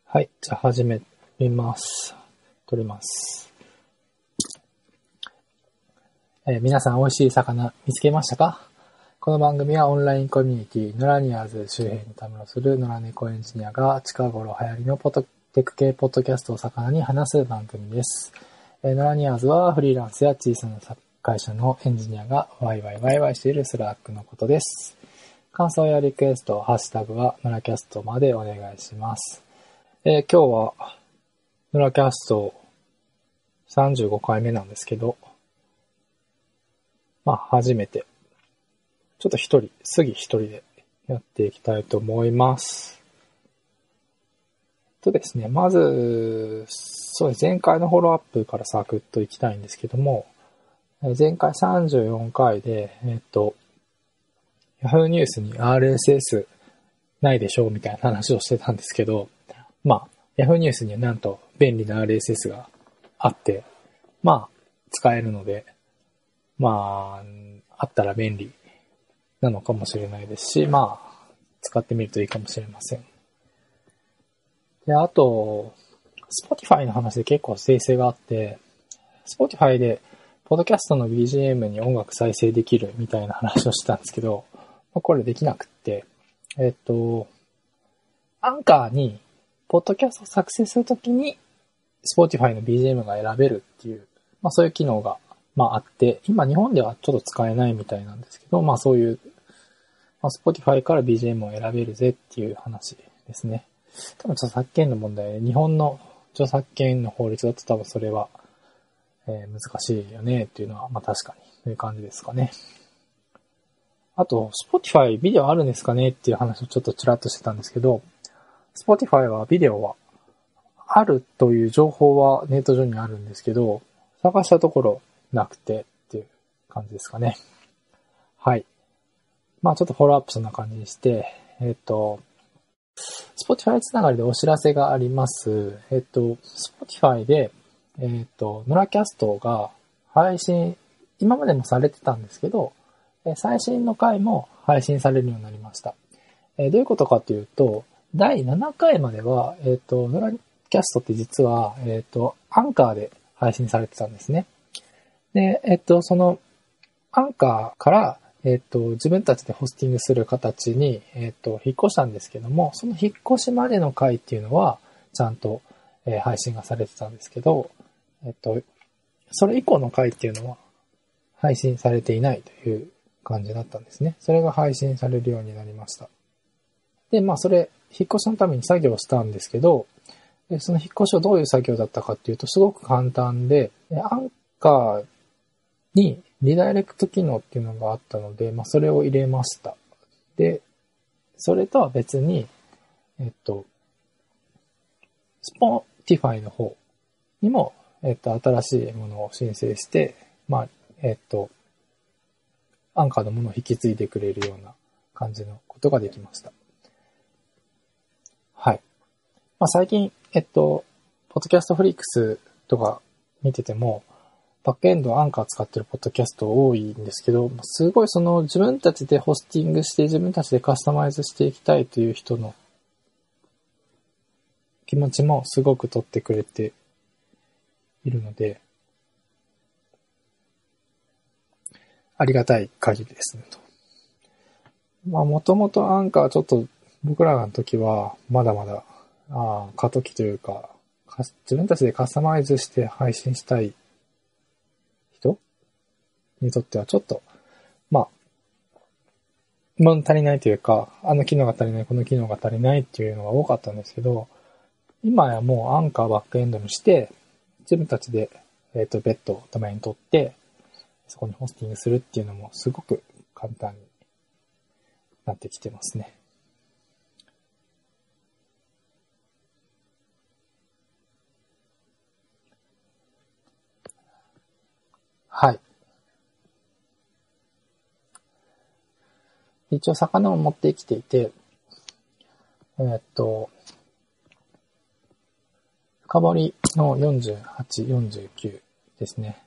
はい、じゃあ始めます。撮ります。皆さん美味しい魚見つけましたか？この番組はオンラインコミュニティノラニアーズ周辺にたむろする野良猫エンジニアが近頃流行りのテク系ポッドキャストを魚に話す番組です。ノラニアーズはフリーランスや小さな会社のエンジニアがワイワイしているスラックのことです。感想やリクエスト、ハッシュタグはノラキャストまでお願いします。今日はノラキャスト35回目なんですけど、初めてちょっと杉一人でやっていきたいと思います。ですね、まず、そうです。前回のフォローアップからサクッといきたいんですけども、前回34回で、Yahoo ニュースに RSS ないでしょうみたいな話をしてたんですけど、Yahoo ニュースにはなんと便利な RSS があって、使えるので、あったら便利なのかもしれないですし、使ってみるといいかもしれません。で、あと、Spotify の話で結構訂正があって、Spotify で、ポッドキャストの BGM に音楽再生できるみたいな話をしてたんですけど、これできなくって、アンカーに、ポッドキャストを作成するときに、Spotify の BGM が選べるっていう、そういう機能が、あって、今日本ではちょっと使えないみたいなんですけど、そういう、Spotify から BGM を選べるぜっていう話ですね。多分著作権の問題で、日本の著作権の法律だと多分それは、難しいよねっていうのは、確かに、そういう感じですかね。あと、Spotify ビデオあるんですかねっていう話をちょっとちらっとしてたんですけど、Spotify はビデオはあるという情報はネット上にあるんですけど、探したところなくてっていう感じですかね。はい。ちょっとフォローアップそんな感じにして、Spotify つながりでお知らせがあります。Spotify で、ノラキャストが配信、今までもされてたんですけど、最新の回も配信されるようになりました。どういうことかというと、第7回までは、ノラキャストって実は、アンカーで配信されてたんですね。で、その、アンカーから、自分たちでホスティングする形に、引っ越したんですけども、その引っ越しまでの回っていうのは、ちゃんと、配信がされてたんですけど、それ以降の回っていうのは、配信されていないという感じだったんですね。それが配信されるようになりました。で、それ、引っ越しのために作業したんですけど、その引っ越しはどういう作業だったかっていうと、すごく簡単で、アンカーにリダイレクト機能っていうのがあったので、それを入れました。で、それとは別に、Spotify の方にも、新しいものを申請して、アンカーのものを引き継いでくれるような感じのことができました。はい。最近、ポッドキャストフリークスとか見てても、バックエンドアンカー使ってるポッドキャスト多いんですけど、すごいその自分たちでホスティングして自分たちでカスタマイズしていきたいという人の気持ちもすごく取ってくれているので、ありがたい限りですねと。もともとアンカーちょっと僕らの時はまだまだ過渡期というか、自分たちでカスタマイズして配信したい人にとってはちょっと物足りないというか、あの機能が足りない、この機能が足りないっていうのが多かったんですけど、今やもうアンカーバックエンドにして、自分たちで、別途ドメイン取って、そこにホスティングするっていうのもすごく簡単になってきてますね。はい。一応魚を持ってきていて、深掘りの48、49ですね。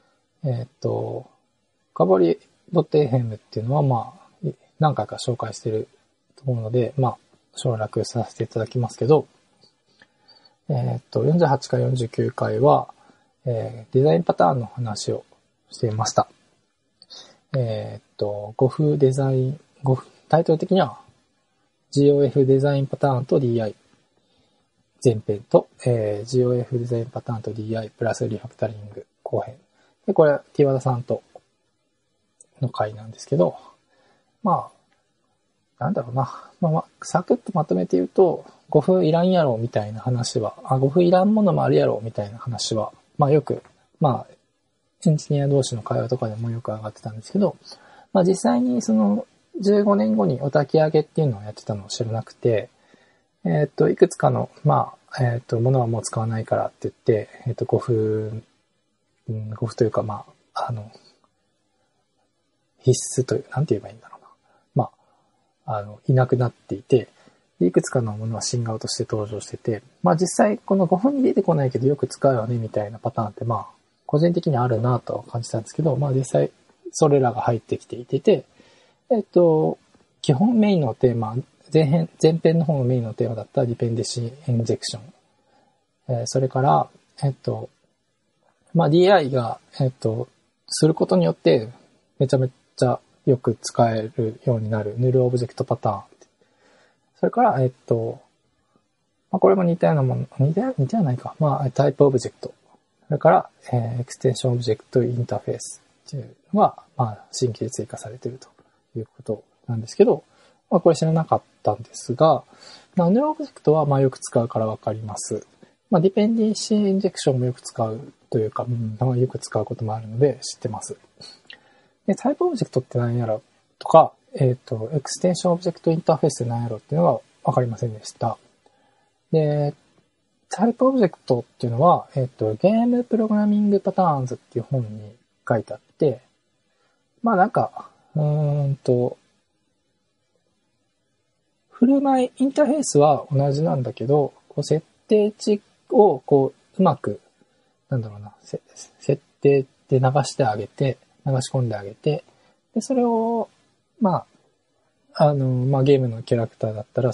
深掘り .fm っていうのは何回か紹介してると思うので、省略させていただきますけど、 48回49回は、デザインパターンの話をしていました。5風デザイン、タイトル的には GOF デザインパターンと DI 前編と、GOF デザインパターンと DI プラスリファクタリング後編。で、これは T 和田さんとの回なんですけど、なんだろうな。サクッとまとめて言うと、5分いらんやろみたいな話は、5分いらんものもあるやろみたいな話は、よく、エンジニア同士の会話とかでもよく上がってたんですけど、実際にその15年後にお焚き上げっていうのをやってたのを知らなくて、いくつかの、ものはもう使わないからって言って、5分というか、必須という、なんて言えばいいんだろうな。いなくなっていて、いくつかのものは新顔として登場してて、実際この5分に出てこないけどよく使うよねみたいなパターンって個人的にあるなとは感じたんですけど、実際それらが入ってきていて、基本メインのテーマ、前編の方のメインのテーマだったディペンデンシーインジェクション。それから、DI が、することによってめちゃめちゃよく使えるようになるヌルオブジェクトパターン。それから、これも似たようなもの、似たようないか。タイプオブジェクト。それから、エクステンションオブジェクトインターフェースっていうのが、新規で追加されているということなんですけど、これ知らなかったんですが、ヌルオブジェクトはよく使うからわかります。ディペンデンシーインジェクションもよく使うというか、よく使うこともあるので知ってます。で、タイプオブジェクトって何やろとか、エクステンションオブジェクトインターフェースって何やろっていうのがわかりませんでした。で、タイプオブジェクトっていうのは、ゲームプログラミングパターンズっていう本に書いてあって、振る舞い、インターフェースは同じなんだけど、設定値をうまく、設定で流してあげて、流し込んであげて、で、それを、ゲームのキャラクターだったら、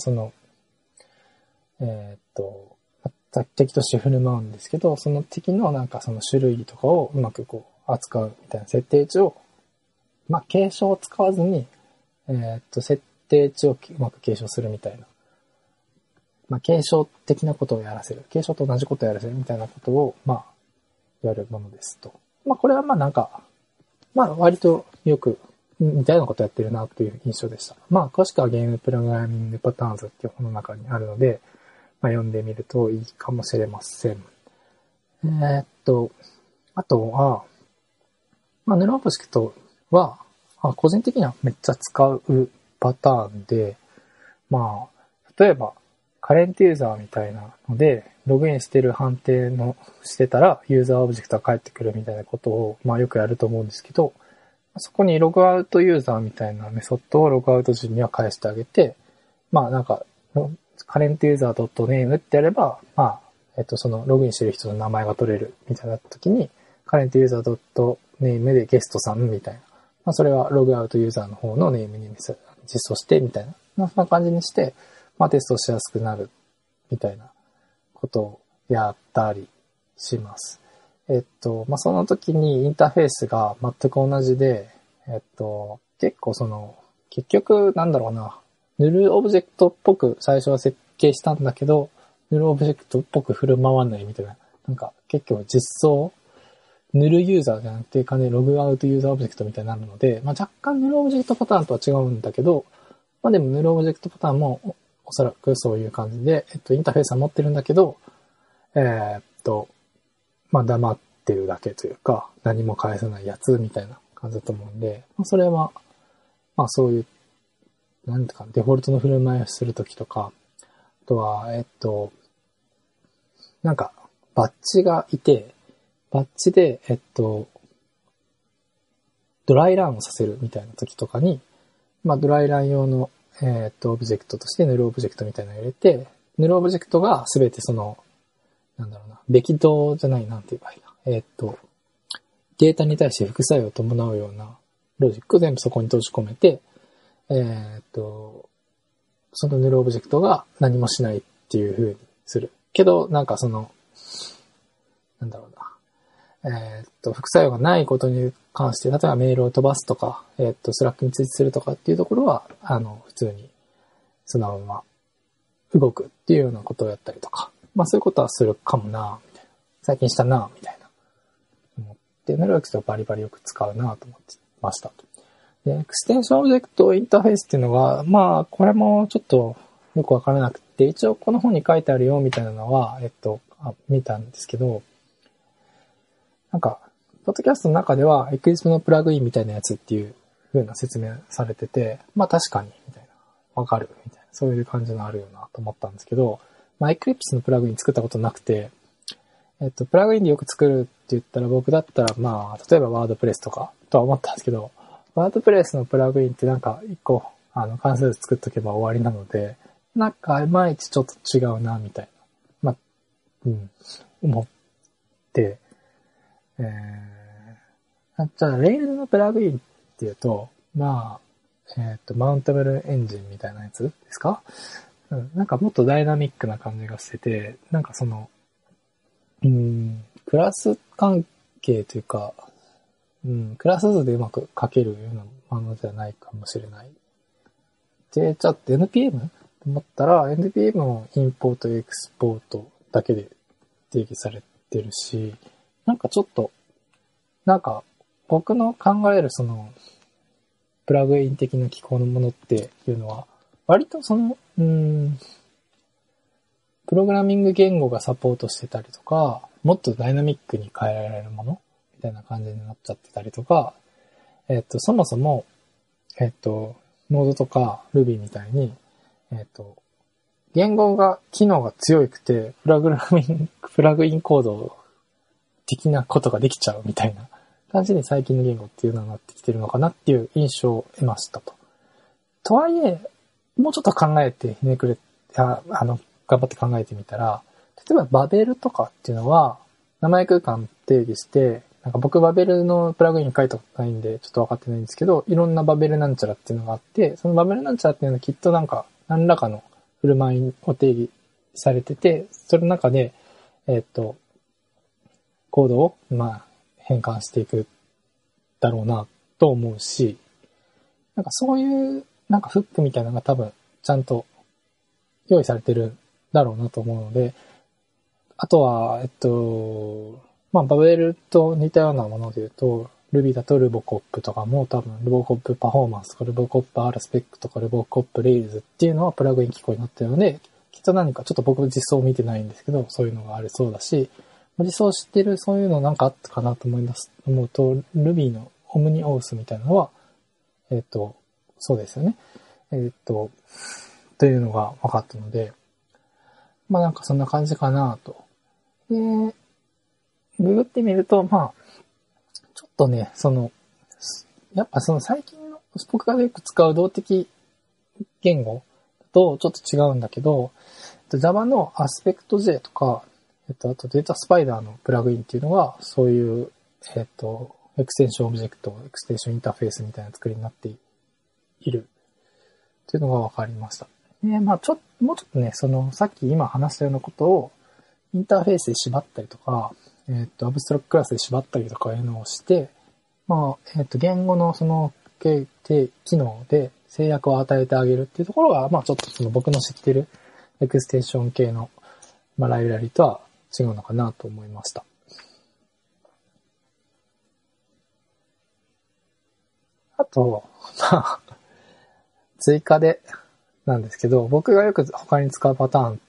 敵として振る舞うんですけど、その敵のその種類とかをうまく扱うみたいな設定値を、継承を使わずに、設定値をうまく継承するみたいな。継承的なことをやらせる。継承と同じことをやらせるみたいなことを、やるものですと。これは割とよく似たようなことやってるなという印象でした。詳しくはゲームプログラミングパターンズっていう本の中にあるので、読んでみるといいかもしれません。あとは、ヌルオブジェクトは、個人的にはめっちゃ使うパターンで、例えば、カレントユーザーみたいなので、ログインしてる判定してたら、ユーザーオブジェクトが返ってくるみたいなことを、よくやると思うんですけど、そこにログアウトユーザーみたいなメソッドをログアウト時には返してあげて、カレントユーザー .name ってやれば、そのログインしてる人の名前が取れるみたいな時に、カレントユーザー .name でゲストさんみたいな。それはログアウトユーザーの方のネームに実装してみたいな。そんな感じにして、テストしやすくなるみたいなことをやったりします。その時にインターフェースが全く同じで、結局ヌルオブジェクトっぽく最初は設計したんだけど、ヌルオブジェクトっぽく振る舞わないみたいな。結局実装、ヌルユーザーじゃなくてログアウトユーザーオブジェクトみたいになるので、若干ヌルオブジェクトパターンとは違うんだけど、でもヌルオブジェクトパターンもおそらくそういう感じで、インターフェースは持ってるんだけど、黙ってるだけというか、何も返さないやつみたいな感じだと思うんで、それは、そういう、デフォルトの振る舞いをするときとか、あとは、バッジがいて、バッジで、ドライランをさせるみたいなときとかに、ドライラン用の、オブジェクトとしてヌルオブジェクトみたいなのを入れて、ヌルオブジェクトがすべてべき動じゃない、なんて言えばいいな。データに対して副作用を伴うようなロジックを全部そこに閉じ込めて、そのヌルオブジェクトが何もしないっていう風にする。 けど、なんかその、なんだろうな。副作用がないことに関して、例えばメールを飛ばすとか、スラックに通知するとかっていうところは、普通に、そのまま動くっていうようなことをやったりとか、まあそういうことはするかもな、みたいな。最近したな、みたいな。思って、ネロエクスをバリバリよく使うなと思ってました。で、エクステンションオブジェクトインターフェースっていうのが、まあこれもちょっとよくわからなくて、一応この本に書いてあるよ、みたいなのは、見たんですけど、なんか、ポッドキャストの中では、エクリプスのプラグインみたいなやつっていう風な説明されてて、まあ確かに、みたいな。わかる、みたいな。そういう感じのあるよなと思ったんですけど、まあエクリプスのプラグイン作ったことなくて、プラグインでよく作るって言ったら僕だったら、まあ、例えばワードプレスとかとは思ったんですけど、ワードプレスのプラグインってなんか一個、関数作っとけば終わりなので、なんかいまいちちょっと違うな、みたいな。まあ、思って、じゃあ、レールのプラグインっていうと、まあ、マウンタブルエンジンみたいなやつですか？なんかもっとダイナミックな感じがしてて、なんかその、クラス関係というか、クラス図でうまく書けるようなものではないかもしれない。で、じゃあ NPM と思ったら、NPM のインポート、エクスポートだけで定義されてるし、なんかちょっと、なんか僕の考えるその、プラグイン的な機構のものっていうのは、割とその、プログラミング言語がサポートしてたりとか、もっとダイナミックに変えられるものみたいな感じになっちゃってたりとか、そもそも、ノードとか Ruby みたいに、言語が、機能が強くて、プラグインコード的なことができちゃうみたいな感じに最近の言語っていうのになってきてるのかなっていう印象を得ましたと。とはいえ、もうちょっと考えて頑張って考えてみたら、例えばバベルとかっていうのは、名前空間定義して、なんか僕バベルのプラグイン書いたことないんで、ちょっと分かってないんですけど、いろんなバベルなんちゃらっていうのがあって、そのバベルなんちゃらっていうのはきっとなんか、何らかの振る舞いを定義されてて、それの中で、コードを、まあ、変換していくだろうな、と思うし、なんかそういう、なんかフックみたいなのが多分、ちゃんと用意されてるだろうなと思うので、あとは、まあ、バベルと似たようなもので言うと、Ruby だと RuboCop とかも多分 RuboCop パフォーマンスとか RuboCop RSpec とか RuboCop Rails っていうのはプラグイン機構になっているので、きっと何かちょっと僕実装見てないんですけど、そういうのがありそうだし、実装知ってるそういうのなんかあったかなと思うと、Ruby の OmniAuth みたいなのは、そうですよね。というのが分かったので、まあなんかそんな感じかなと。で、ググってみると、まあ、ちょっとね、やっぱその最近の僕がよく使う動的言語とちょっと違うんだけど、Java の Aspect-J とか、あとデータスパイダーのプラグインっていうのが、そういう、エクステンションオブジェクト、エクステンションインターフェースみたいな作りになっているっていうのが分かりました。で、まあもうちょっとね、さっき今話したようなことをインターフェースで縛ったりとか、アブストラクトクラスで縛ったりとかいうのをして、まあ、言語の機能で制約を与えてあげるっていうところが、まあちょっと僕の知ってるエクステンション系の、まあ、ライブラリとは違うのかなと思いました。あと、まあ、追加でなんですけど、僕がよく他に使うパターンって、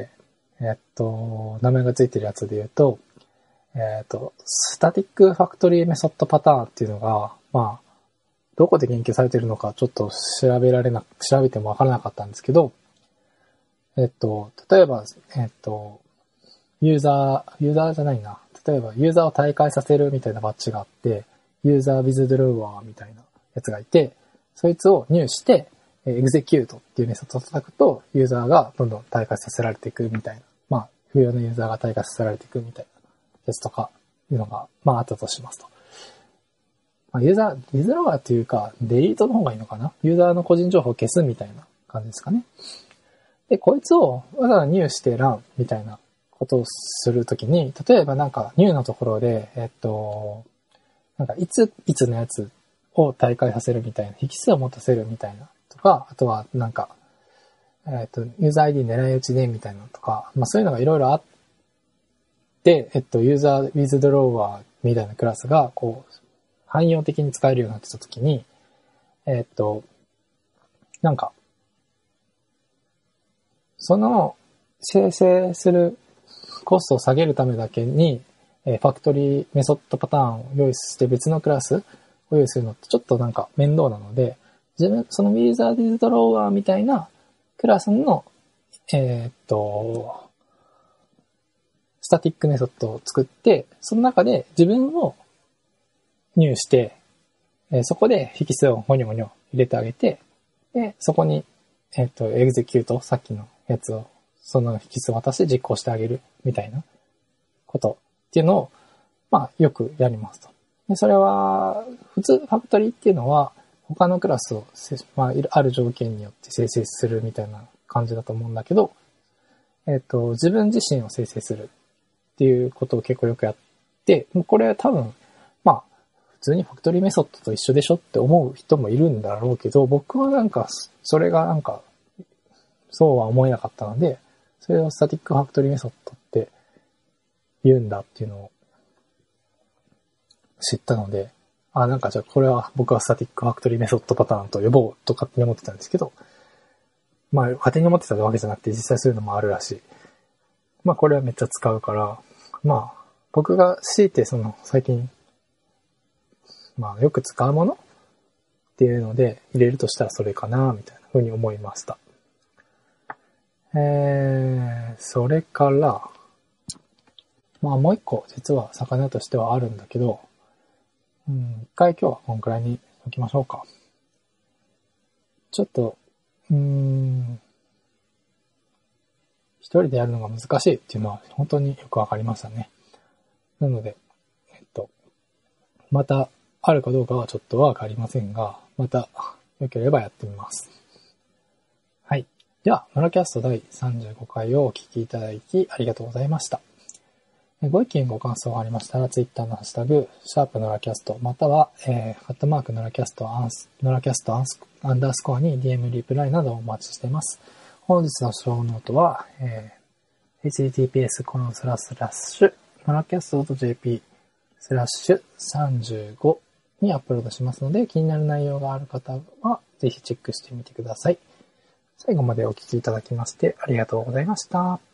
名前がついてるやつで言うと、スタティックファクトリーメソッドパターンっていうのが、まあ、どこで研究されてるのかちょっと調べてもわからなかったんですけど、例えば、ユーザーじゃないな。例えば、ユーザーを大会させるみたいなバッジがあって、ユーザー with drawer みたいなやつがいて、そいつを入して、エグゼキュートっていうメソッドを叩くと、ユーザーがどんどん大会させられていくみたいな。まあ、不要なユーザーが大会させられていくみたいなやつとか、いうのが、まあ、あったとしますと。まあ、ユーザー、リズロガーというか、デリートの方がいいのかな？ユーザーの個人情報を消すみたいな感じですかね。で、こいつをわざわざ入してランみたいなことをするときに、例えばなんか new のところで、なんかいつのやつを大会させるみたいな、引数を持たせるみたいなとか、あとはなんか、ユーザー ID 狙い撃ちでみたいなのとか、まあそういうのがいろいろあって、ユーザー withdrawer みたいなクラスが、こう、汎用的に使えるようになってたときに、なんか、その生成するコストを下げるためだけに、ファクトリーメソッドパターンを用意して別のクラスを用意するのってちょっとなんか面倒なので、そのユーザーディズドローワーみたいなクラスの、スタティックメソッドを作って、その中で自分を入して、そこで引数をモニョモニョ入れてあげて、で、そこに、エグゼキュート、さっきのやつを、その引数を渡して実行してあげるみたいなことっていうのを、まあ、よくやりますと。で、それは、普通、ファクトリーっていうのは、他のクラスを、まあ、ある条件によって生成するみたいな感じだと思うんだけど、自分自身を生成するっていうことを結構よくやって、もうこれは多分、まあ、普通にファクトリーメソッドと一緒でしょって思う人もいるんだろうけど、僕はなんか、それがなんか、そうは思えなかったので、それをスタティックファクトリーメソッドって言うんだっていうのを知ったので、なんかじゃあこれは僕はスタティックファクトリーメソッドパターンと呼ぼうと勝手に思ってたんですけど、まあ勝手に思ってたわけじゃなくて実際そういうのもあるらしい。まあこれはめっちゃ使うから、まあ僕が強いてその最近、まあよく使うものっていうので入れるとしたらそれかなみたいな風に思いました。それから、まあもう一個実は魚としてはあるんだけど、一回今日はこのくらいに置きましょうか。ちょっと、一人でやるのが難しいっていうのは本当によくわかりましたね。なので、またあるかどうかはちょっとわかりませんが、また良ければやってみます。はい。では、ノラキャスト第35回をお聞きいただきありがとうございました。ご意見ご感想がありましたら、ツイッターのハッシュタグ、#ノラキャスト、または、#ノラキャストアンダースコアに DM リプライなどをお待ちしています。本日のショーノートは、https:// ノラキャスト .jp/35 にアップロードしますので、気になる内容がある方は、ぜひチェックしてみてください。最後までお聞きいただきましてありがとうございました。